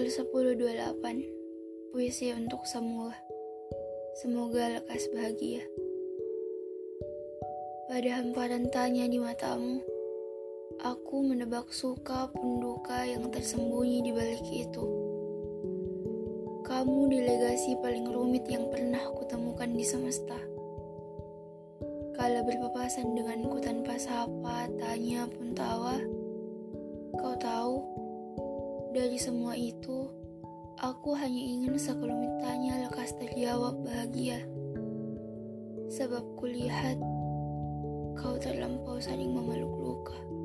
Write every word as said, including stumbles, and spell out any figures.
sepuluh dua puluh delapan. Puisi untuk semua. Semoga lekas bahagia. Pada hamparan tanya di matamu, aku menebak suka pun duka yang tersembunyi di balik itu. Kamu delegasi paling rumit yang pernah kutemukan di semesta. Kala berpapasan denganku tanpa sapa, tanya pun tawa, kau tahu, dari semua itu, aku hanya ingin sekelumit tanya lekas terjawab bahagia. Sebab kulihat, kau terlampau saling memeluk luka.